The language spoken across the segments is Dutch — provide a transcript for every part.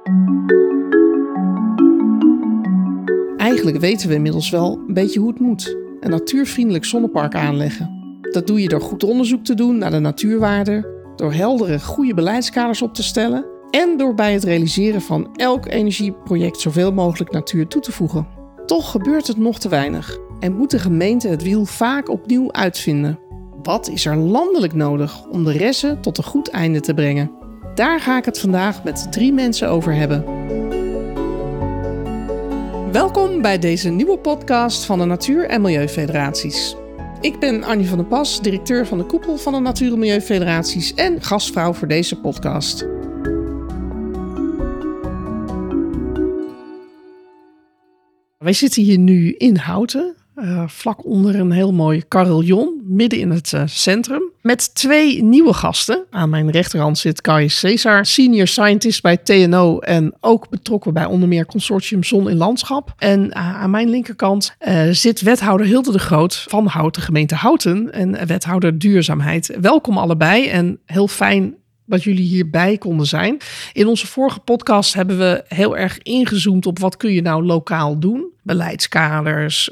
Eigenlijk weten we inmiddels wel een beetje hoe het moet. Een natuurvriendelijk zonnepark aanleggen. Dat doe je door goed onderzoek te doen naar de natuurwaarden, door heldere, goede beleidskaders op te stellen en door bij het realiseren van elk energieproject zoveel mogelijk natuur toe te voegen. Toch gebeurt het nog te weinig en moet de gemeente het wiel vaak opnieuw uitvinden. Wat is er landelijk nodig om de resten tot een goed einde te brengen? Daar ga ik het vandaag met 3 mensen over hebben. Welkom bij deze nieuwe podcast van de Natuur- en Milieufederaties. Ik ben Annie van der Pas, directeur van de koepel van de Natuur- en Milieufederaties en gastvrouw voor deze podcast. Wij zitten hier nu in Houten, vlak onder een heel mooi carillon, midden in het centrum. Met 2 nieuwe gasten. Aan mijn rechterhand zit Kai Cesar, senior scientist bij TNO en ook betrokken bij onder meer Consortium Zon in Landschap. En aan mijn linkerkant zit wethouder Hilde de Groot van Houten, gemeente Houten en wethouder Duurzaamheid. Welkom allebei en heel fijn dat jullie hierbij konden zijn. In onze vorige podcast hebben we heel erg ingezoomd op wat kun je nou lokaal doen. Beleidskaders,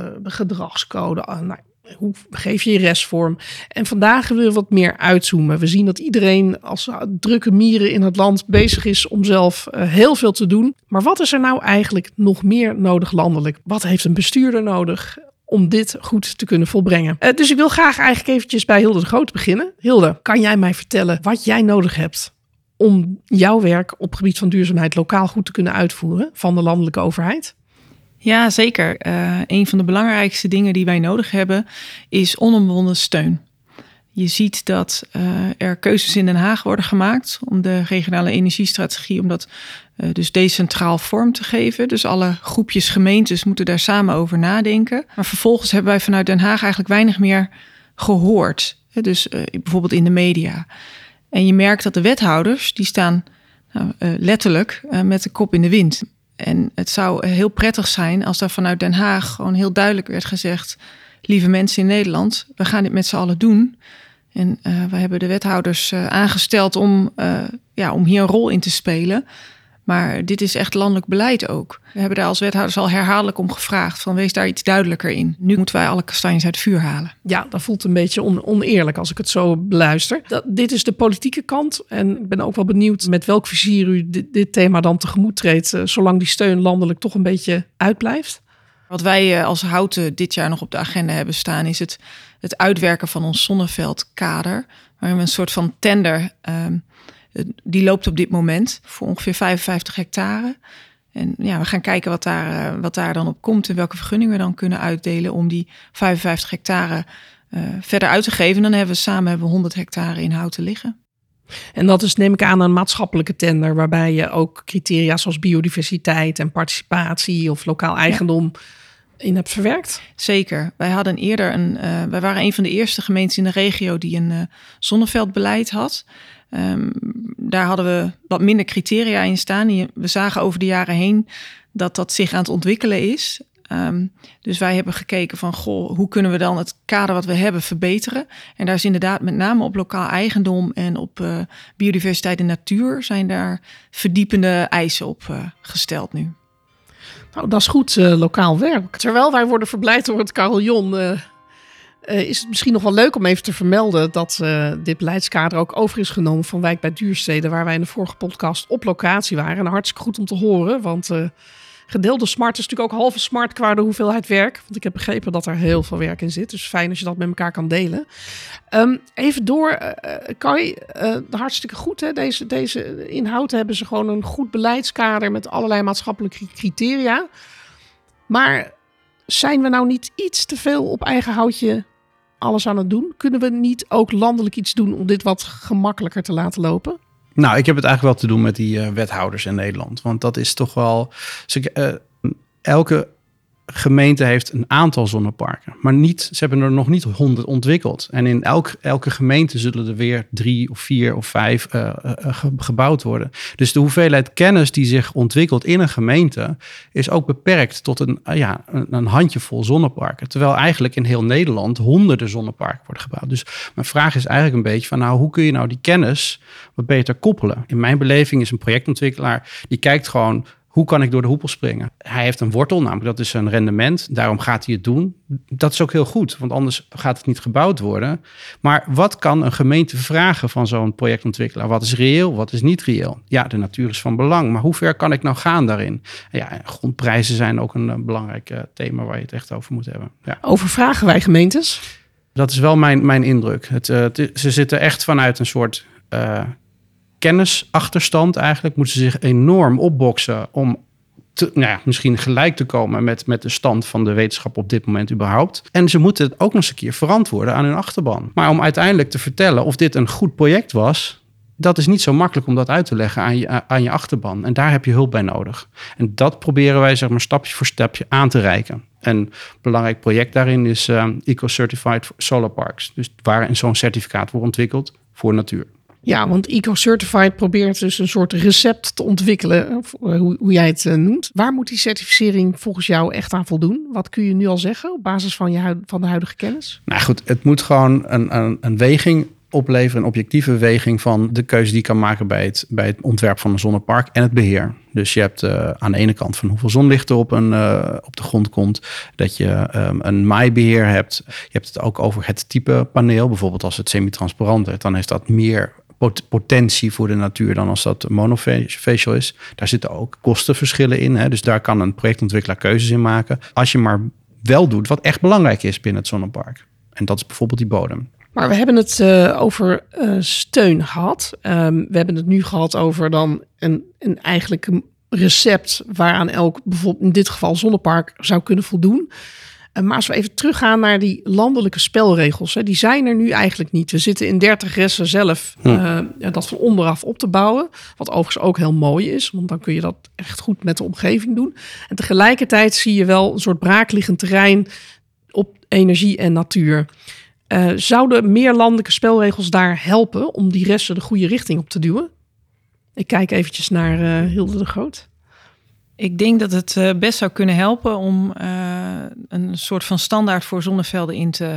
gedragscode, hoe geef je restvorm? En vandaag willen we wat meer uitzoomen. We zien dat iedereen als drukke mieren in het land bezig is om zelf heel veel te doen. Maar wat is er nou eigenlijk nog meer nodig landelijk? Wat heeft een bestuurder nodig om dit goed te kunnen volbrengen? Dus ik wil graag eigenlijk eventjes bij Hilde de Groot beginnen. Hilde, kan jij mij vertellen wat jij nodig hebt om jouw werk op het gebied van duurzaamheid lokaal goed te kunnen uitvoeren van de landelijke overheid? Ja, zeker. Een van de belangrijkste dingen die wij nodig hebben is onomwonden steun. Je ziet dat er keuzes in Den Haag worden gemaakt om de regionale energiestrategie, om dat dus decentraal vorm te geven. Dus alle groepjes gemeentes moeten daar samen over nadenken. Maar vervolgens hebben wij vanuit Den Haag eigenlijk weinig meer gehoord. Dus bijvoorbeeld in de media. En je merkt dat de wethouders, die staan letterlijk met de kop in de wind. En het zou heel prettig zijn als daar vanuit Den Haag gewoon heel duidelijk werd gezegd: lieve mensen in Nederland, we gaan dit met z'n allen doen. En we hebben de wethouders aangesteld om hier een rol in te spelen. Maar dit is echt landelijk beleid ook. We hebben daar als wethouders al herhaaldelijk om gevraagd van wees daar iets duidelijker in. Nu moeten wij alle kastanjes uit het vuur halen. Ja, dat voelt een beetje oneerlijk als ik het zo beluister. Dit is de politieke kant. En ik ben ook wel benieuwd met welk vizier u dit thema dan tegemoet treedt, zolang die steun landelijk toch een beetje uitblijft. Wat wij als Houten dit jaar nog op de agenda hebben staan is het uitwerken van ons zonneveldkader. Waarin we een soort van tender, die loopt op dit moment voor ongeveer 55 hectare. En ja, we gaan kijken wat daar dan op komt en welke vergunningen we dan kunnen uitdelen om die 55 hectare verder uit te geven. En dan hebben we 100 hectare in Houten liggen. En dat is, neem ik aan, een maatschappelijke tender waarbij je ook criteria zoals biodiversiteit en participatie of lokaal eigendom in hebt verwerkt? Zeker. Wij hadden eerder wij waren een van de eerste gemeentes in de regio die een zonneveldbeleid had. Daar hadden we wat minder criteria in staan. We zagen over de jaren heen dat zich aan het ontwikkelen is. Dus wij hebben gekeken van, hoe kunnen we dan het kader wat we hebben verbeteren? En daar is inderdaad met name op lokaal eigendom en op biodiversiteit en natuur zijn daar verdiepende eisen op gesteld nu. Nou, dat is goed lokaal werk. Terwijl wij worden verblijd door het carillon, is het misschien nog wel leuk om even te vermelden dat dit beleidskader ook over is genomen van Wijk bij Duurstede, waar wij in de vorige podcast op locatie waren. En hartstikke goed om te horen, want gedeelde smart is natuurlijk ook halve smart qua de hoeveelheid werk. Want ik heb begrepen dat er heel veel werk in zit. Dus fijn als je dat met elkaar kan delen. Even door, Kai, hartstikke goed. Hè? Deze inhoud hebben ze gewoon een goed beleidskader met allerlei maatschappelijke criteria. Maar zijn we nou niet iets te veel op eigen houtje alles aan het doen? Kunnen we niet ook landelijk iets doen om dit wat gemakkelijker te laten lopen? Nou, ik heb het eigenlijk wel te doen met die wethouders in Nederland. Want dat is toch wel elke gemeente heeft een aantal zonneparken. Maar ze hebben er nog niet 100 ontwikkeld. En in elke gemeente zullen er weer 3 of 4 of 5 gebouwd worden. Dus de hoeveelheid kennis die zich ontwikkelt in een gemeente is ook beperkt tot een handjevol zonneparken. Terwijl eigenlijk in heel Nederland honderden zonneparken worden gebouwd. Dus mijn vraag is eigenlijk een beetje van hoe kun je nou die kennis wat beter koppelen? In mijn beleving is een projectontwikkelaar die kijkt gewoon, hoe kan ik door de hoepel springen? Hij heeft een wortel, namelijk dat is een rendement. Daarom gaat hij het doen. Dat is ook heel goed, want anders gaat het niet gebouwd worden. Maar wat kan een gemeente vragen van zo'n projectontwikkelaar? Wat is reëel, wat is niet reëel? Ja, de natuur is van belang, maar hoe ver kan ik nou gaan daarin? Ja, grondprijzen zijn ook een belangrijk thema waar je het echt over moet hebben. Ja. Overvragen wij gemeentes? Dat is wel mijn indruk. Ze zitten echt vanuit een soort kennisachterstand eigenlijk. Moeten ze zich enorm opboksen om misschien gelijk te komen met de stand van de wetenschap op dit moment überhaupt. En ze moeten het ook nog eens een keer verantwoorden aan hun achterban. Maar om uiteindelijk te vertellen of dit een goed project was, dat is niet zo makkelijk om dat uit te leggen aan je achterban. En daar heb je hulp bij nodig. En dat proberen wij stapje voor stapje aan te reiken. En een belangrijk project daarin is Eco-Certified Solar Parks. Dus waar zo'n certificaat wordt ontwikkeld voor natuur. Ja, want Eco-Certified probeert dus een soort recept te ontwikkelen, hoe jij het noemt. Waar moet die certificering volgens jou echt aan voldoen? Wat kun je nu al zeggen op basis van de huidige kennis? Nou goed, het moet gewoon een weging opleveren, een objectieve weging van de keuze die je kan maken bij het ontwerp van een zonnepark en het beheer. Dus je hebt aan de ene kant van hoeveel zonlicht er op de grond komt, dat je een maaibeheer hebt. Je hebt het ook over het type paneel. Bijvoorbeeld als het semi-transparant is, dan heeft dat meer potentie voor de natuur dan als dat monofacial is. Daar zitten ook kostenverschillen in. Hè? Dus daar kan een projectontwikkelaar keuzes in maken. Als je maar wel doet wat echt belangrijk is binnen het zonnepark. En dat is bijvoorbeeld die bodem. Maar we hebben het over steun gehad. We hebben het nu gehad over dan een eigenlijk recept waaraan elk, bijvoorbeeld in dit geval zonnepark, zou kunnen voldoen. Maar als we even teruggaan naar die landelijke spelregels, die zijn er nu eigenlijk niet. We zitten in 30 ressen zelf dat van onderaf op te bouwen. Wat overigens ook heel mooi is, want dan kun je dat echt goed met de omgeving doen. En tegelijkertijd zie je wel een soort braakliggend terrein op energie en natuur. Zouden meer landelijke spelregels daar helpen om die resten de goede richting op te duwen? Ik kijk eventjes naar Hilde de Groot. Ik denk dat het best zou kunnen helpen om een soort van standaard voor zonnevelden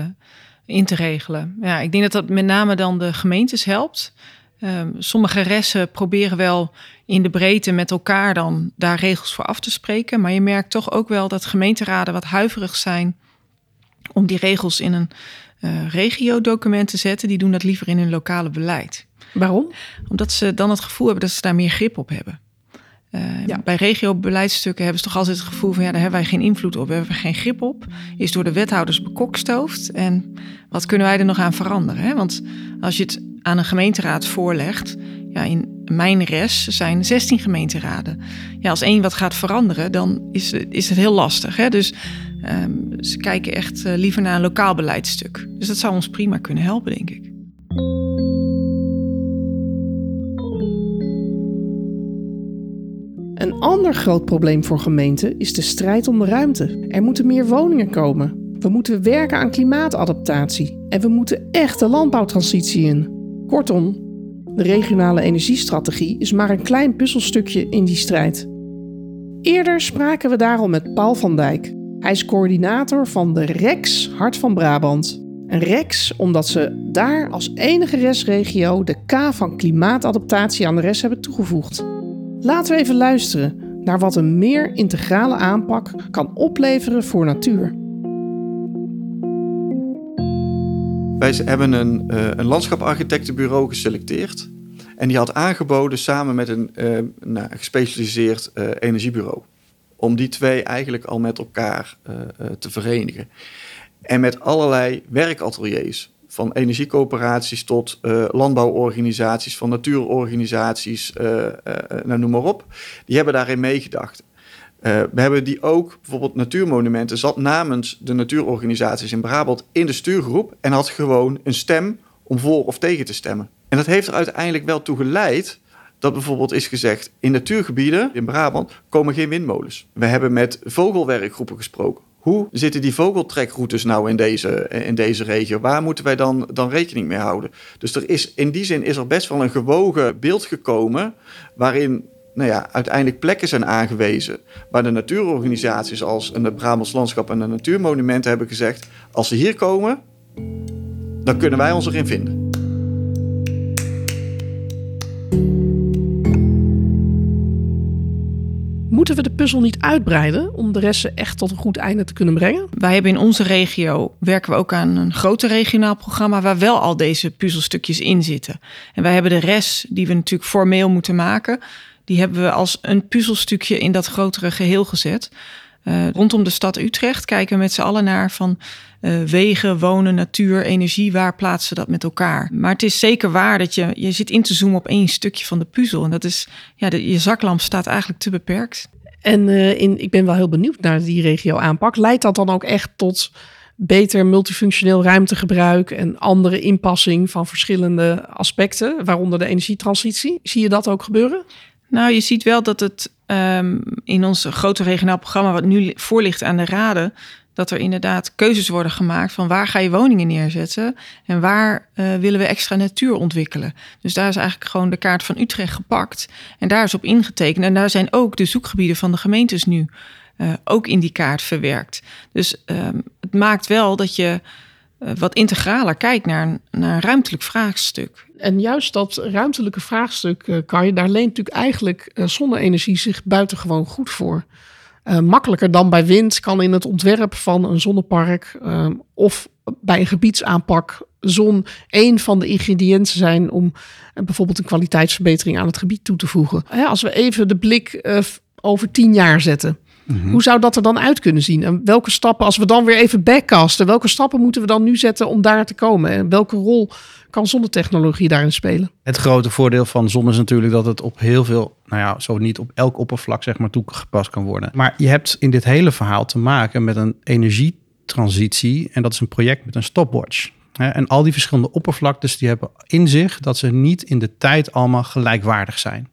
in te regelen. Ja, ik denk dat met name dan de gemeentes helpt. Sommige ressen proberen wel in de breedte met elkaar dan daar regels voor af te spreken. Maar je merkt toch ook wel dat gemeenteraden wat huiverig zijn om die regels in een regio-document te zetten. Die doen dat liever in hun lokale beleid. Waarom? Omdat ze dan het gevoel hebben dat ze daar meer grip op hebben. Bij regio-beleidsstukken hebben ze toch altijd het gevoel van, daar hebben wij geen invloed op, hebben we geen grip op. Is door de wethouders bekokstoofd. En wat kunnen wij er nog aan veranderen? Hè? Want als je het aan een gemeenteraad voorlegt, in mijn res zijn 16 gemeenteraden. Ja, als één wat gaat veranderen, dan is het heel lastig. Hè? Dus ze kijken echt liever naar een lokaal beleidstuk. Dus dat zou ons prima kunnen helpen, denk ik. Een ander groot probleem voor gemeenten is de strijd om de ruimte. Er moeten meer woningen komen. We moeten werken aan klimaatadaptatie. En we moeten echt de landbouwtransitie in. Kortom, de regionale energiestrategie is maar een klein puzzelstukje in die strijd. Eerder spraken we daarom met Paul van Dijk. Hij is coördinator van de REX Hart van Brabant. Een REX omdat ze daar als enige restregio de K van klimaatadaptatie aan de rest hebben toegevoegd. Laten we even luisteren naar wat een meer integrale aanpak kan opleveren voor natuur. Wij hebben een landschaparchitectenbureau geselecteerd. En die had aangeboden samen met een gespecialiseerd energiebureau. Om die twee eigenlijk al met elkaar te verenigen. En met allerlei werkateliers. Van energiecoöperaties tot landbouworganisaties, van natuurorganisaties, noem maar op. Die hebben daarin meegedacht. We hebben die ook, bijvoorbeeld Natuurmonumenten, zat namens de natuurorganisaties in Brabant in de stuurgroep en had gewoon een stem om voor of tegen te stemmen. En dat heeft er uiteindelijk wel toe geleid dat bijvoorbeeld is gezegd, in natuurgebieden in Brabant komen geen windmolens. We hebben met vogelwerkgroepen gesproken. Hoe zitten die vogeltrekroutes nou in deze regio? Waar moeten wij dan rekening mee houden? Dus in die zin is er best wel een gewogen beeld gekomen waarin uiteindelijk plekken zijn aangewezen waar de natuurorganisaties als het Brabants Landschap en de Natuurmonumenten hebben gezegd, als ze hier komen, dan kunnen wij ons erin vinden. Moeten we de puzzel niet uitbreiden om de rest echt tot een goed einde te kunnen brengen? Wij hebben in onze regio, werken we ook aan een groter regionaal programma waar wel al deze puzzelstukjes in zitten. En wij hebben de rest die we natuurlijk formeel moeten maken, die hebben we als een puzzelstukje in dat grotere geheel gezet. Rondom de stad Utrecht kijken we met z'n allen naar van wegen, wonen, natuur, energie. Waar plaatsen we dat met elkaar? Maar het is zeker waar dat je zit in te zoomen op één stukje van de puzzel. En dat is, je zaklamp staat eigenlijk te beperkt. En ik ben wel heel benieuwd naar die regio-aanpak. Leidt dat dan ook echt tot beter multifunctioneel ruimtegebruik en andere inpassing van verschillende aspecten, waaronder de energietransitie? Zie je dat ook gebeuren? Nou, je ziet wel dat het in ons grote regionaal programma, wat nu voor ligt aan de raden, dat er inderdaad keuzes worden gemaakt van waar ga je woningen neerzetten en waar willen we extra natuur ontwikkelen. Dus daar is eigenlijk gewoon de kaart van Utrecht gepakt en daar is op ingetekend. En daar zijn ook de zoekgebieden van de gemeentes nu ook in die kaart verwerkt. Dus het maakt wel dat je wat integraler kijkt naar een ruimtelijk vraagstuk. En juist dat ruimtelijke vraagstuk, daar leent natuurlijk eigenlijk zonne-energie zich buitengewoon goed voor. Makkelijker dan bij wind kan in het ontwerp van een zonnepark of bij een gebiedsaanpak zon één van de ingrediënten zijn om bijvoorbeeld een kwaliteitsverbetering aan het gebied toe te voegen. Als we even de blik over 10 jaar zetten. Hoe zou dat er dan uit kunnen zien? En welke stappen, als we dan weer even backcasten, welke stappen moeten we dan nu zetten om daar te komen? En welke rol kan zonnetechnologie daarin spelen? Het grote voordeel van zon is natuurlijk dat het op heel veel, zo niet op elk oppervlak zeg maar toegepast kan worden. Maar je hebt in dit hele verhaal te maken met een energietransitie en dat is een project met een stopwatch. En al die verschillende oppervlaktes die hebben in zich dat ze niet in de tijd allemaal gelijkwaardig zijn.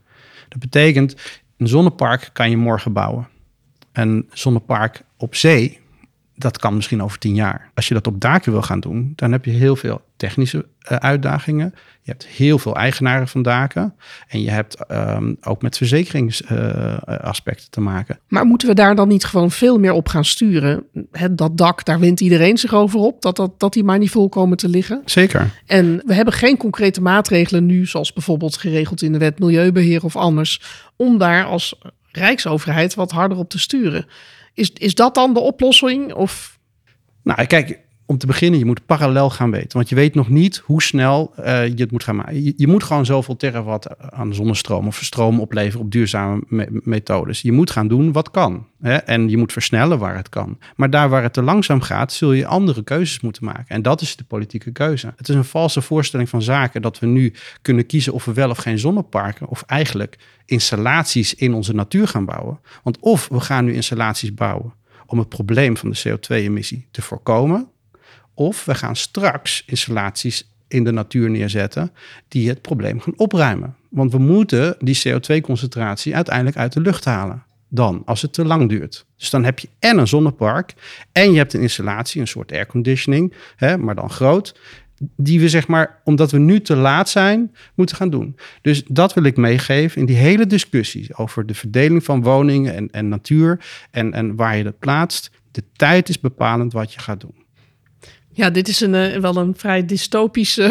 Dat betekent, een zonnepark kan je morgen bouwen. Een zonnepark op zee, dat kan misschien over 10 jaar. Als je dat op daken wil gaan doen, dan heb je heel veel technische uitdagingen. Je hebt heel veel eigenaren van daken. En je hebt ook met verzekeringsaspecten te maken. Maar moeten we daar dan niet gewoon veel meer op gaan sturen? Dat dak, daar wint iedereen zich over op. Dat die maar niet vol komen te liggen. Zeker. En we hebben geen concrete maatregelen nu, zoals bijvoorbeeld geregeld in de wet Milieubeheer of anders, om daar als Rijksoverheid wat harder op te sturen. Is dat dan de oplossing? Of? Nou, kijk, om te beginnen, je moet parallel gaan weten. Want je weet nog niet hoe snel je het moet gaan maken. Je moet gewoon zoveel terawatt aan zonnestroom of stroom opleveren op duurzame methodes. Je moet gaan doen wat kan. Hè? En je moet versnellen waar het kan. Maar daar waar het te langzaam gaat, zul je andere keuzes moeten maken. En dat is de politieke keuze. Het is een valse voorstelling van zaken dat we nu kunnen kiezen of we wel of geen zonneparken of eigenlijk installaties in onze natuur gaan bouwen. Want of we gaan nu installaties bouwen om het probleem van de CO2-emissie te voorkomen, of we gaan straks installaties in de natuur neerzetten die het probleem gaan opruimen. Want we moeten die CO2-concentratie uiteindelijk uit de lucht halen. Dan, als het te lang duurt. Dus dan heb je en een zonnepark en je hebt een installatie, een soort airconditioning, maar dan groot, die we zeg maar, omdat we nu te laat zijn, moeten gaan doen. Dus dat wil ik meegeven in die hele discussie over de verdeling van woningen en natuur en waar je dat plaatst. De tijd is bepalend wat je gaat doen. Ja, dit is wel een vrij dystopische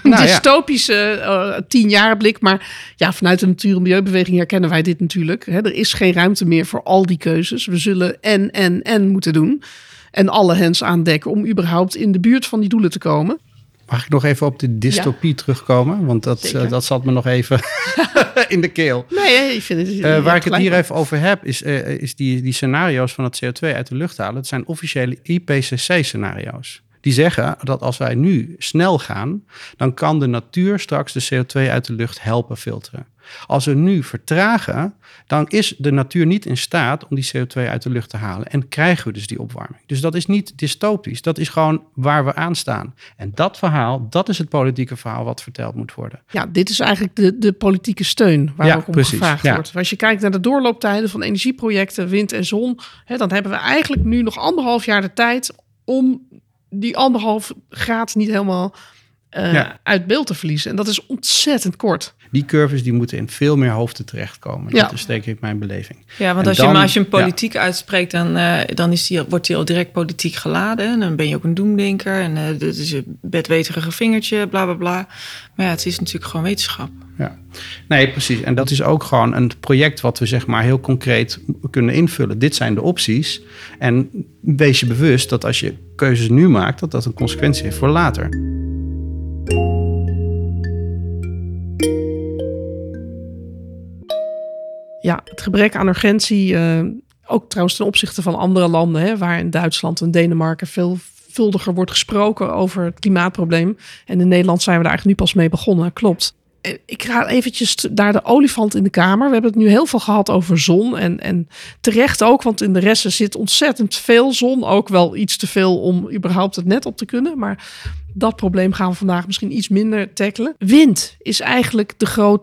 10-jaren blik. Maar ja, vanuit de natuur- en milieubeweging herkennen wij dit natuurlijk. Er is geen ruimte meer voor al die keuzes. We zullen en moeten doen. En alle hens aandekken om überhaupt in de buurt van die doelen te komen. Mag ik nog even op de dystopie terugkomen? Want dat zat me nog even in de keel. Nee, ik vind het... waar ik het hier even over heb, is die scenario's van het CO2 uit de lucht halen. Dat zijn officiële IPCC-scenario's. Die zeggen dat als wij nu snel gaan, dan kan de natuur straks de CO2 uit de lucht helpen filteren. Als we nu vertragen, dan is de natuur niet in staat om die CO2 uit de lucht te halen. En krijgen we dus die opwarming. Dus dat is niet dystopisch. Dat is gewoon waar we aan staan. En dat verhaal, dat is het politieke verhaal wat verteld moet worden. Ja, dit is eigenlijk de politieke steun waar ook om gevraagd wordt. Als je kijkt naar de doorlooptijden van energieprojecten, wind en zon, dan hebben we eigenlijk nu nog 1,5 jaar de tijd om die 1,5 graad niet helemaal uit beeld te verliezen. En dat is ontzettend kort. Die curves die moeten in veel meer hoofden terechtkomen. Dat is denk ik mijn beleving. Ja, want als je een politiek uitspreekt, dan wordt die al direct politiek geladen. En dan ben je ook een doemdenker. En dat is een bedweterige vingertje, bla bla bla. Maar ja, het is natuurlijk gewoon wetenschap. Ja, nee, precies. En dat is ook gewoon een project wat we zeg maar heel concreet kunnen invullen. Dit zijn de opties. En wees je bewust dat als je keuzes nu maakt, dat dat een consequentie heeft voor later. Ja, het gebrek aan urgentie, ook trouwens ten opzichte van andere landen, waar in Duitsland en Denemarken veelvuldiger wordt gesproken over het klimaatprobleem. En in Nederland zijn we daar eigenlijk nu pas mee begonnen, klopt. Ik ga eventjes naar de olifant in de kamer. We hebben het nu heel veel gehad over zon en terecht ook, want in de resten zit ontzettend veel zon. Ook wel iets te veel om überhaupt het net op te kunnen, maar dat probleem gaan we vandaag misschien iets minder tackelen. Wind is eigenlijk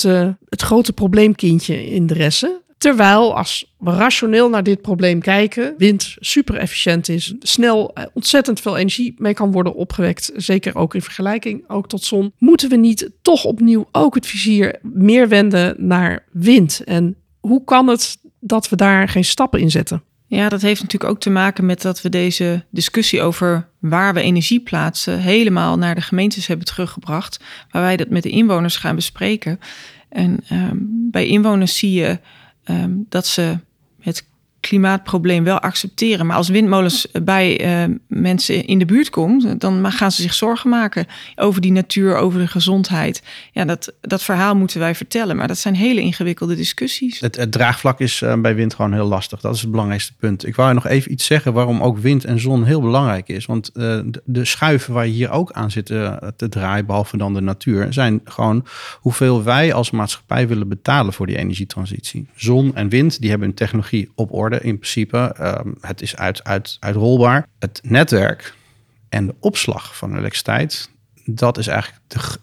het grote probleemkindje in de resten. Terwijl als we rationeel naar dit probleem kijken, wind super efficiënt is, snel ontzettend veel energie mee kan worden opgewekt, zeker ook in vergelijking ook tot zon, moeten we niet toch opnieuw ook het vizier meer wenden naar wind? En hoe kan het dat we daar geen stappen in zetten? Ja, dat heeft natuurlijk ook te maken met dat we deze discussie over waar we energie plaatsen helemaal naar de gemeentes hebben teruggebracht, waar wij dat met de inwoners gaan bespreken. En bij inwoners zie je dat ze het klimaatprobleem wel accepteren. Maar als windmolens bij mensen in de buurt komt, dan gaan ze zich zorgen maken over die natuur, over de gezondheid. Ja, dat verhaal moeten wij vertellen. Maar dat zijn hele ingewikkelde discussies. Het draagvlak is bij wind gewoon heel lastig. Dat is het belangrijkste punt. Ik wou nog even iets zeggen waarom ook wind en zon heel belangrijk is. Want de schuiven waar je hier ook aan zit te draaien, behalve dan de natuur, zijn gewoon hoeveel wij als maatschappij willen betalen voor die energietransitie. Zon en wind, die hebben hun technologie op orde. In principe, het is uitrolbaar. Het netwerk en de opslag van elektriciteit, dat is eigenlijk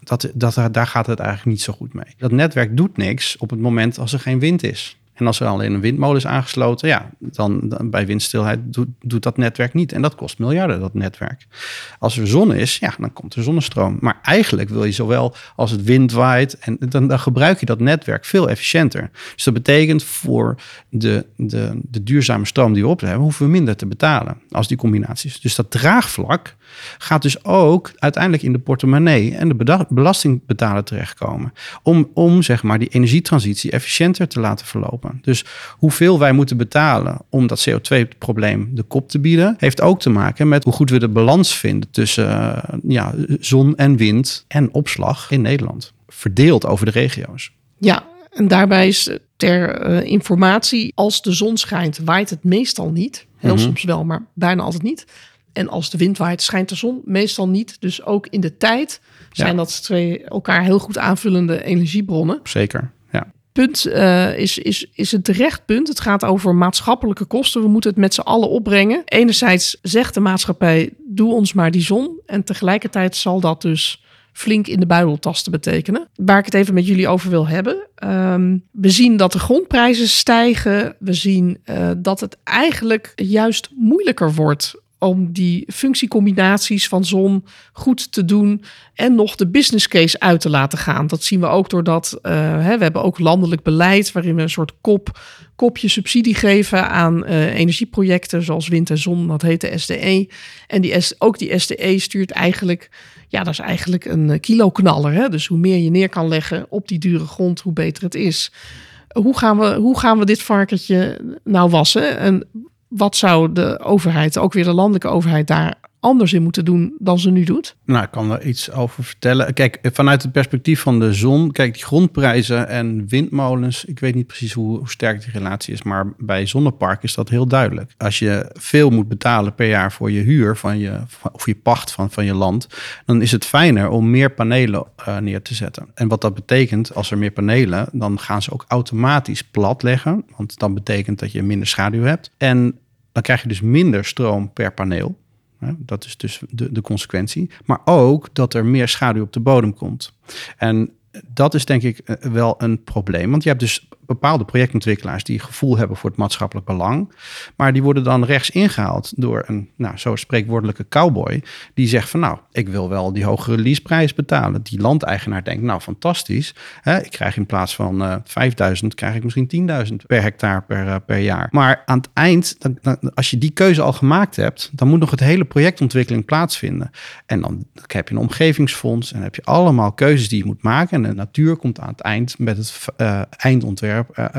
daar gaat het eigenlijk niet zo goed mee. Dat netwerk doet niks op het moment als er geen wind is. En als er alleen een windmolen is aangesloten, dan bij windstilheid doet dat netwerk niet. En dat kost miljarden, dat netwerk. Als er zon is, dan komt er zonnestroom. Maar eigenlijk wil je zowel als het wind waait, en dan gebruik je dat netwerk veel efficiënter. Dus dat betekent voor de duurzame stroom die we op hebben, hoeven we minder te betalen als die combinaties. Dus dat draagvlak gaat dus ook uiteindelijk in de portemonnee en de belastingbetaler terechtkomen. Om zeg maar die energietransitie efficiënter te laten verlopen. Dus hoeveel wij moeten betalen om dat CO2-probleem de kop te bieden, heeft ook te maken met hoe goed we de balans vinden tussen zon en wind en opslag in Nederland. Verdeeld over de regio's. Ja, en daarbij is ter informatie, als de zon schijnt, waait het meestal niet. Heel soms wel, maar bijna altijd niet. En als de wind waait, schijnt de zon meestal niet. Dus ook in de tijd zijn dat twee elkaar heel goed aanvullende energiebronnen. Zeker, ja. Punt is een terecht punt. Het gaat over maatschappelijke kosten. We moeten het met z'n allen opbrengen. Enerzijds zegt de maatschappij, doe ons maar die zon. En tegelijkertijd zal dat dus flink in de buideltasten betekenen. Waar ik het even met jullie over wil hebben. We zien dat de grondprijzen stijgen. We zien dat het eigenlijk juist moeilijker wordt om die functiecombinaties van zon goed te doen en nog de business case uit te laten gaan. Dat zien we ook doordat we hebben ook landelijk beleid waarin we een soort kopje subsidie geven aan energieprojecten zoals wind en zon. Dat heet de SDE. En ook die SDE stuurt eigenlijk, dat is eigenlijk een kiloknaller. Hè? Dus hoe meer je neer kan leggen op die dure grond, hoe beter het is. Hoe gaan we dit varkentje nou wassen? En wat zou de overheid, ook weer de landelijke overheid, daar anders in moeten doen dan ze nu doet? Nou, ik kan er iets over vertellen. Kijk, vanuit het perspectief van de zon, kijk, die grondprijzen en windmolens, ik weet niet precies hoe sterk die relatie is, maar bij zonnepark is dat heel duidelijk. Als je veel moet betalen per jaar voor je huur of je pacht van je land, dan is het fijner om meer panelen neer te zetten. En wat dat betekent, als er meer panelen, dan gaan ze ook automatisch plat leggen, want dan betekent dat je minder schaduw hebt. En dan krijg je dus minder stroom per paneel. Dat is dus de consequentie. Maar ook dat er meer schaduw op de bodem komt. En dat is denk ik wel een probleem. Want je hebt dus bepaalde projectontwikkelaars die gevoel hebben voor het maatschappelijk belang. Maar die worden dan rechts ingehaald door een zo spreekwoordelijke cowboy. Die zegt van ik wil wel die hogere leaseprijs betalen. Die landeigenaar denkt fantastisch. Ik krijg in plaats van 5.000 krijg ik misschien 10.000 per hectare per jaar. Maar aan het eind, als je die keuze al gemaakt hebt, dan moet nog het hele projectontwikkeling plaatsvinden. En dan heb je een omgevingsfonds en heb je allemaal keuzes die je moet maken. En de natuur komt aan het eind met het eindontwerp.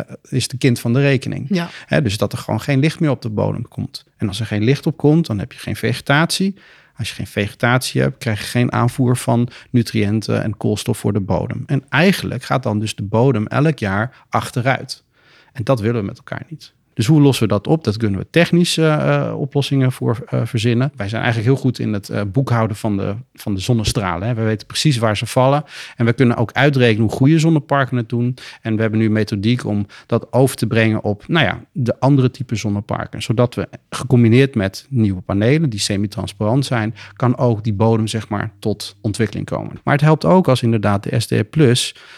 Is de kind van de rekening. Ja. Dus dat er gewoon geen licht meer op de bodem komt. En als er geen licht op komt, dan heb je geen vegetatie. Als je geen vegetatie hebt, krijg je geen aanvoer van nutriënten en koolstof voor de bodem. En eigenlijk gaat dan dus de bodem elk jaar achteruit. En dat willen we met elkaar niet. Dus hoe lossen we dat op? Dat kunnen we technische oplossingen voor verzinnen. Wij zijn eigenlijk heel goed in het boekhouden van de zonnestralen. We weten precies waar ze vallen. En we kunnen ook uitrekenen hoe goede zonneparken het doen. En we hebben nu een methodiek om dat over te brengen op de andere type zonneparken. Zodat we gecombineerd met nieuwe panelen die semi-transparant zijn, kan ook die bodem tot ontwikkeling komen. Maar het helpt ook als inderdaad de SDE+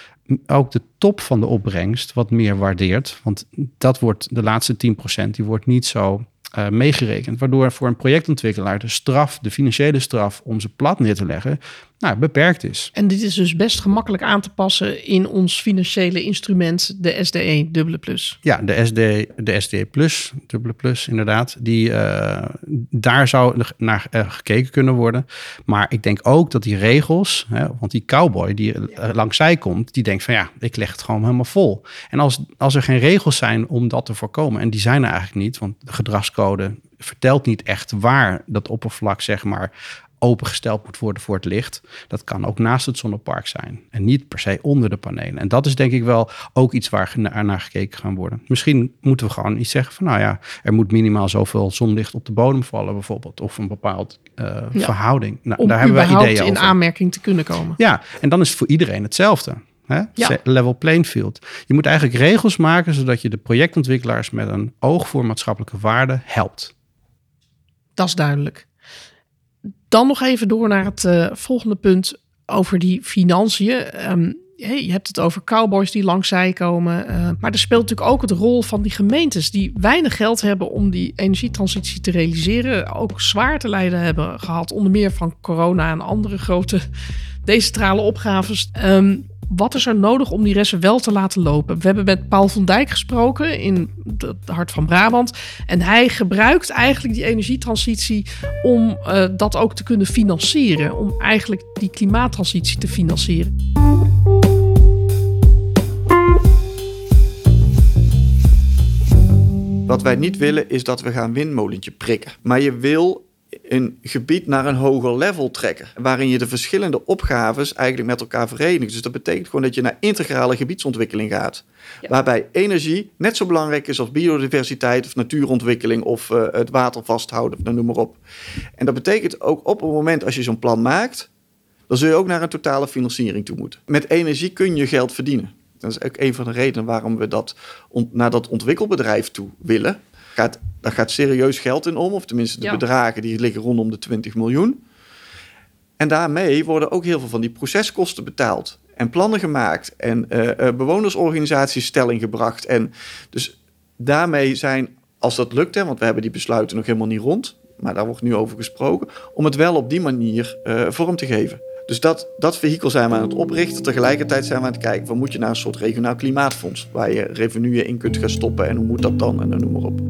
ook de top van de opbrengst wat meer waardeert. Want dat wordt de laatste 10%, die wordt niet zo meegerekend. Waardoor voor een projectontwikkelaar de financiële straf om ze plat neer te leggen, beperkt is. En dit is dus best gemakkelijk aan te passen in ons financiële instrument, de SDE +. Ja, de SDE+, inderdaad. Daar zou naar gekeken kunnen worden. Maar ik denk ook dat die regels, want die cowboy die langs zij komt, die denkt van ik leg het gewoon helemaal vol. En als er geen regels zijn om dat te voorkomen, en die zijn er eigenlijk niet, want de gedragscode vertelt niet echt waar dat oppervlak opengesteld moet worden voor het licht. Dat kan ook naast het zonnepark zijn. En niet per se onder de panelen. En dat is denk ik wel ook iets waar naar gekeken gaan worden. Misschien moeten we gewoon iets zeggen van er moet minimaal zoveel zonlicht op de bodem vallen bijvoorbeeld. Of een bepaald verhouding. Om daar hebben we ideeën over. In aanmerking te kunnen komen. Ja, en dan is het voor iedereen hetzelfde. Level playing field. Je moet eigenlijk regels maken zodat je de projectontwikkelaars met een oog voor maatschappelijke waarde helpt. Dat is duidelijk. Dan nog even door naar het volgende punt over die financiën. Je hebt het over cowboys die langs zij komen. Maar er speelt natuurlijk ook de rol van die gemeentes die weinig geld hebben om die energietransitie te realiseren. Ook zwaar te lijden hebben gehad, onder meer van corona en andere grote decentrale opgaves. Wat is er nodig om die resten wel te laten lopen? We hebben met Paul van Dijk gesproken in het hart van Brabant. En hij gebruikt eigenlijk die energietransitie om dat ook te kunnen financieren. Om eigenlijk die klimaattransitie te financieren. Wat wij niet willen is dat we gaan windmolentje prikken. Maar je wil een gebied naar een hoger level trekken, waarin je de verschillende opgaves eigenlijk met elkaar verenigt. Dus dat betekent gewoon dat je naar integrale gebiedsontwikkeling gaat. Ja. Waarbij energie net zo belangrijk is als biodiversiteit of natuurontwikkeling of het water vasthouden, of noem maar op. En dat betekent ook op het moment als je zo'n plan maakt, dan zul je ook naar een totale financiering toe moeten. Met energie kun je geld verdienen. Dat is ook een van de redenen waarom we naar dat ontwikkelbedrijf toe willen. Daar gaat serieus geld in om, of tenminste de bedragen die liggen rondom de 20 miljoen. En daarmee worden ook heel veel van die proceskosten betaald. En plannen gemaakt en bewonersorganisaties stelling gebracht. En dus daarmee zijn, als dat lukt, want we hebben die besluiten nog helemaal niet rond, maar daar wordt nu over gesproken, om het wel op die manier vorm te geven. Dus dat vehikel zijn we aan het oprichten. Tegelijkertijd zijn we aan het kijken van moet je naar een soort regionaal klimaatfonds waar je revenuen in kunt gaan stoppen en hoe moet dat dan en noem maar op.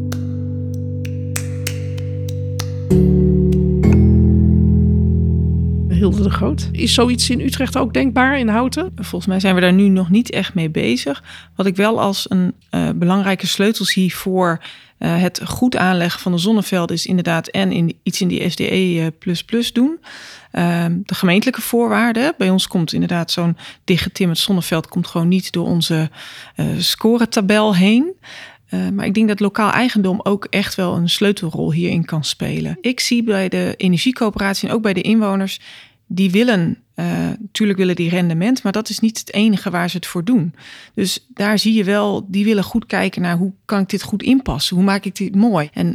Hilde de Groot. Is zoiets in Utrecht ook denkbaar, in Houten? Volgens mij zijn we daar nu nog niet echt mee bezig. Wat ik wel als een belangrijke sleutel zie voor het goed aanleggen van de zonnevelden is inderdaad iets in die SDE++ doen. De gemeentelijke voorwaarden. Bij ons komt inderdaad zo'n dichtgetimmerd zonneveld komt gewoon niet door onze scoretabel heen. Maar ik denk dat lokaal eigendom ook echt wel een sleutelrol hierin kan spelen. Ik zie bij de energiecoöperatie en ook bij de inwoners, die willen, natuurlijk willen die rendement, maar dat is niet het enige waar ze het voor doen. Dus daar zie je wel, die willen goed kijken naar hoe kan ik dit goed inpassen? Hoe maak ik dit mooi? En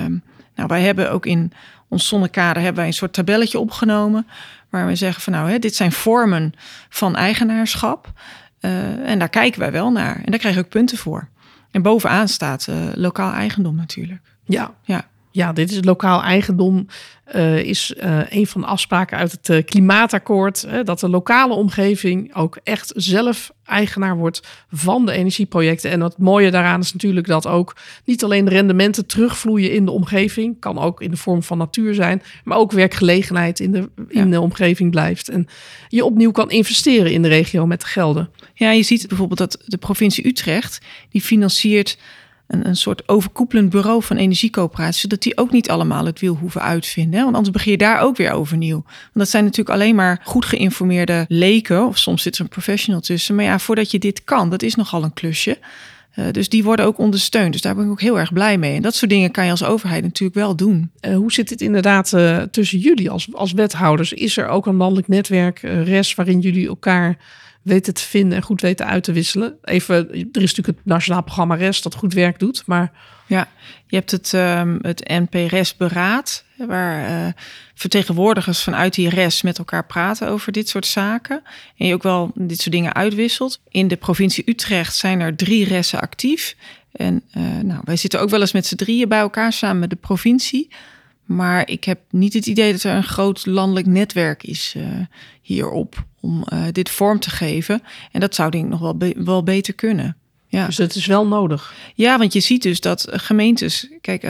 wij hebben ook in ons zonnekader hebben wij een soort tabelletje opgenomen, waar we zeggen van dit zijn vormen van eigenaarschap. En daar kijken wij wel naar. En daar krijg je ook punten voor. En bovenaan staat lokaal eigendom natuurlijk. Ja, dit is lokaal eigendom. Is een van de afspraken uit het klimaatakkoord. Dat de lokale omgeving ook echt zelf eigenaar wordt van de energieprojecten. En het mooie daaraan is natuurlijk dat ook niet alleen de rendementen terugvloeien in de omgeving. Kan ook in de vorm van natuur zijn. Maar ook werkgelegenheid in de omgeving blijft. En je opnieuw kan investeren in de regio met de gelden. Ja, je ziet bijvoorbeeld dat de provincie Utrecht, die financiert een soort overkoepelend bureau van energiecoöperaties, zodat die ook niet allemaal het wiel hoeven uitvinden. Hè? Want anders begin je daar ook weer overnieuw. Want dat zijn natuurlijk alleen maar goed geïnformeerde leken, of soms zit er een professional tussen. Maar ja, voordat je dit kan, dat is nogal een klusje. Dus die worden ook ondersteund. Dus daar ben ik ook heel erg blij mee. En dat soort dingen kan je als overheid natuurlijk wel doen. Hoe zit het inderdaad tussen jullie als wethouders? Is er ook een landelijk netwerk, RES, waarin jullie elkaar weten te vinden en goed weten uit te wisselen? Even, er is natuurlijk het Nationaal Programma RES dat goed werk doet, maar ja, je hebt het NP-RES-beraad, waar vertegenwoordigers vanuit die RES met elkaar praten over dit soort zaken. En je ook wel dit soort dingen uitwisselt. In de provincie Utrecht zijn er 3 RES'en actief. En wij zitten ook wel eens met z'n 3 bij elkaar samen met de provincie. Maar ik heb niet het idee dat er een groot landelijk netwerk is hierop om dit vorm te geven. En dat zou denk ik nog wel beter kunnen. Ja. Dus het is wel nodig. Ja, want je ziet dus dat gemeentes, kijk,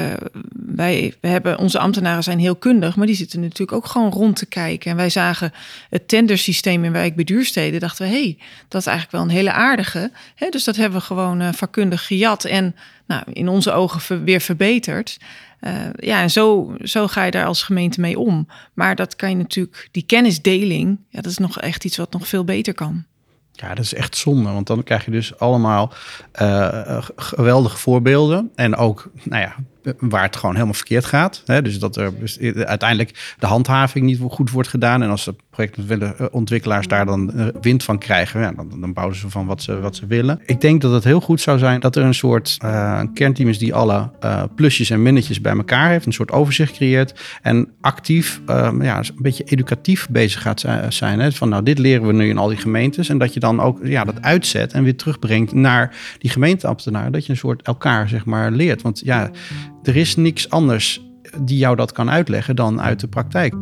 we hebben onze ambtenaren zijn heel kundig, maar die zitten natuurlijk ook gewoon rond te kijken. En wij zagen het tendersysteem in wijk bij Duurstede, dachten we, dat is eigenlijk wel een hele aardige. Hè? Dus dat hebben we gewoon vakkundig gejat en in onze ogen weer verbeterd. En zo ga je daar als gemeente mee om. Maar dat kan je natuurlijk, die kennisdeling, dat is nog echt iets wat nog veel beter kan. Ja, dat is echt zonde, want dan krijg je dus allemaal geweldige voorbeelden. En ook, waar het gewoon helemaal verkeerd gaat. Hè? Dus dat er uiteindelijk de handhaving niet goed wordt gedaan. En als de projectontwikkelaars daar dan wind van krijgen, dan bouwen ze van wat ze willen. Ik denk dat het heel goed zou zijn dat er een soort kernteam is die alle plusjes en minnetjes bij elkaar heeft. Een soort overzicht creëert. En actief, een beetje educatief bezig gaat zijn. Hè? Van dit leren we nu in al die gemeentes. En dat je dan ook dat uitzet en weer terugbrengt naar die gemeenteambtenaren. Dat je een soort elkaar zeg maar leert. Want er is niks anders die jou dat kan uitleggen dan uit de praktijk.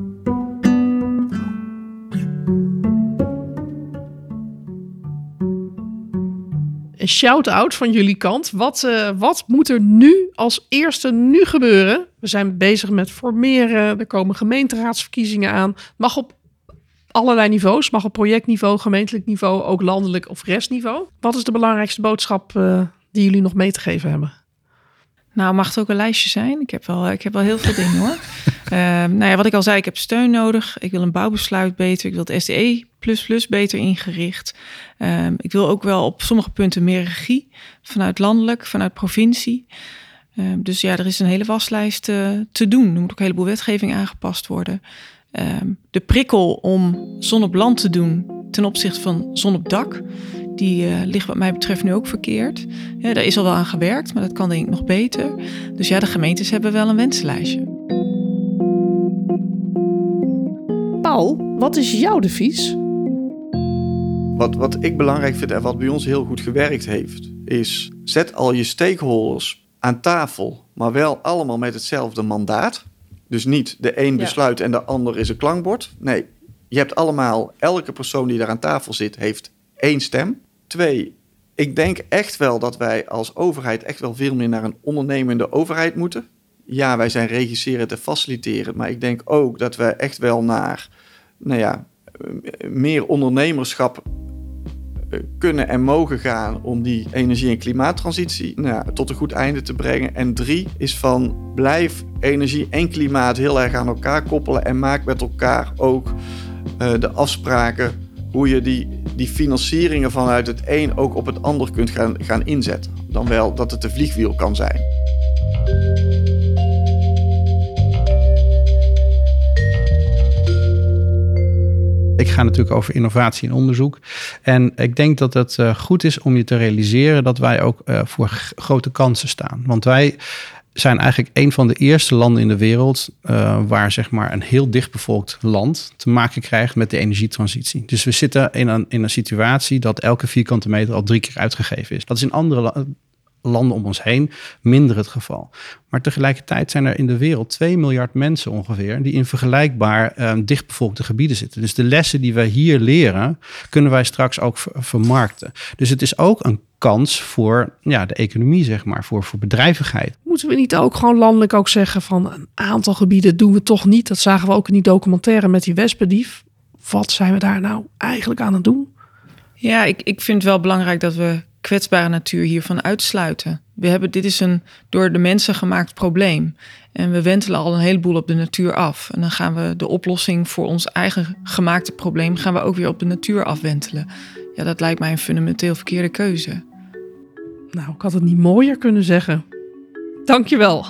Een shout-out van jullie kant. Wat moet er nu als eerste gebeuren? We zijn bezig met formeren. Er komen gemeenteraadsverkiezingen aan. Mag op allerlei niveaus. Mag op projectniveau, gemeentelijk niveau, ook landelijk of restniveau. Wat is de belangrijkste boodschap die jullie nog mee te geven hebben? Mag het ook een lijstje zijn? Ik heb wel heel veel dingen hoor. Wat ik al zei, ik heb steun nodig. Ik wil een bouwbesluit beter. Ik wil het SDE++ beter ingericht. Ik wil ook wel op sommige punten meer regie. Vanuit landelijk, vanuit provincie. Dus er is een hele waslijst te doen. Er moet ook een heleboel wetgeving aangepast worden. De prikkel om zon op land te doen ten opzichte van zon op dak, die ligt wat mij betreft nu ook verkeerd. Ja, daar is al wel aan gewerkt, maar dat kan denk ik nog beter. Dus de gemeentes hebben wel een wensenlijstje. Paul, wat is jouw devies? Wat ik belangrijk vind en wat bij ons heel goed gewerkt heeft, is zet al je stakeholders aan tafel, maar wel allemaal met hetzelfde mandaat. Dus niet de een besluit en de ander is een klankbord. Nee, je hebt allemaal, elke persoon die daar aan tafel zit, heeft 1 stem. 2, ik denk echt wel dat wij als overheid echt wel veel meer naar een ondernemende overheid moeten. Ja, wij zijn regisserend en faciliterend, maar ik denk ook dat wij echt wel naar meer ondernemerschap kunnen en mogen gaan om die energie- en klimaattransitie tot een goed einde te brengen. En 3 is van blijf energie en klimaat heel erg aan elkaar koppelen en maak met elkaar ook de afspraken hoe je die financieringen vanuit het een ook op het ander kunt gaan inzetten. Dan wel dat het een vliegwiel kan zijn. Ik ga natuurlijk over innovatie en onderzoek. En ik denk dat het goed is om je te realiseren dat wij ook voor grote kansen staan. Want wij zijn eigenlijk een van de eerste landen in de wereld waar zeg maar een heel dichtbevolkt land te maken krijgt met de energietransitie. Dus we zitten in een situatie dat elke vierkante meter al 3 keer uitgegeven is. Dat is in andere landen om ons heen minder het geval. Maar tegelijkertijd zijn er in de wereld 2 miljard mensen ongeveer die in vergelijkbaar dichtbevolkte gebieden zitten. Dus de lessen die wij hier leren, kunnen wij straks ook vermarkten. Dus het is ook een kans voor de economie, zeg maar, voor bedrijvigheid. Moeten we niet ook gewoon landelijk ook zeggen van een aantal gebieden doen we toch niet? Dat zagen we ook in die documentaire met die wespendief. Wat zijn we daar nou eigenlijk aan het doen? Ja, ik vind het wel belangrijk dat we kwetsbare natuur hiervan uitsluiten. Dit is een door de mensen gemaakt probleem. En we wentelen al een heleboel op de natuur af. En dan gaan we de oplossing voor ons eigen gemaakte probleem gaan we ook weer op de natuur afwentelen. Ja, dat lijkt mij een fundamenteel verkeerde keuze. Nou, ik had het niet mooier kunnen zeggen. Dankjewel.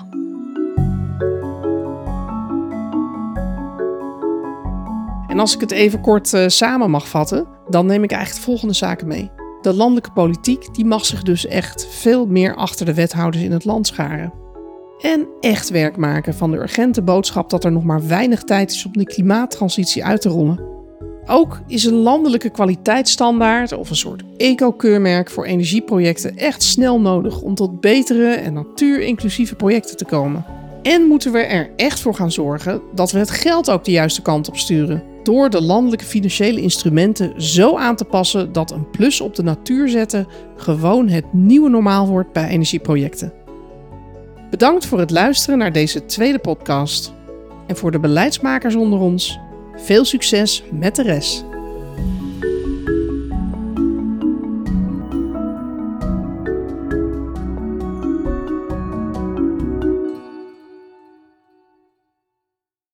En als ik het even kort samen mag vatten, dan neem ik eigenlijk de volgende zaken mee. De landelijke politiek die mag zich dus echt veel meer achter de wethouders in het land scharen. En echt werk maken van de urgente boodschap dat er nog maar weinig tijd is om de klimaattransitie uit te rollen. Ook is een landelijke kwaliteitsstandaard of een soort eco-keurmerk voor energieprojecten echt snel nodig om tot betere en natuurinclusieve projecten te komen. En moeten we er echt voor gaan zorgen dat we het geld ook de juiste kant op sturen. Door de landelijke financiële instrumenten zo aan te passen dat een plus op de natuur zetten gewoon het nieuwe normaal wordt bij energieprojecten. Bedankt voor het luisteren naar deze tweede podcast. En voor de beleidsmakers onder ons, veel succes met de rest.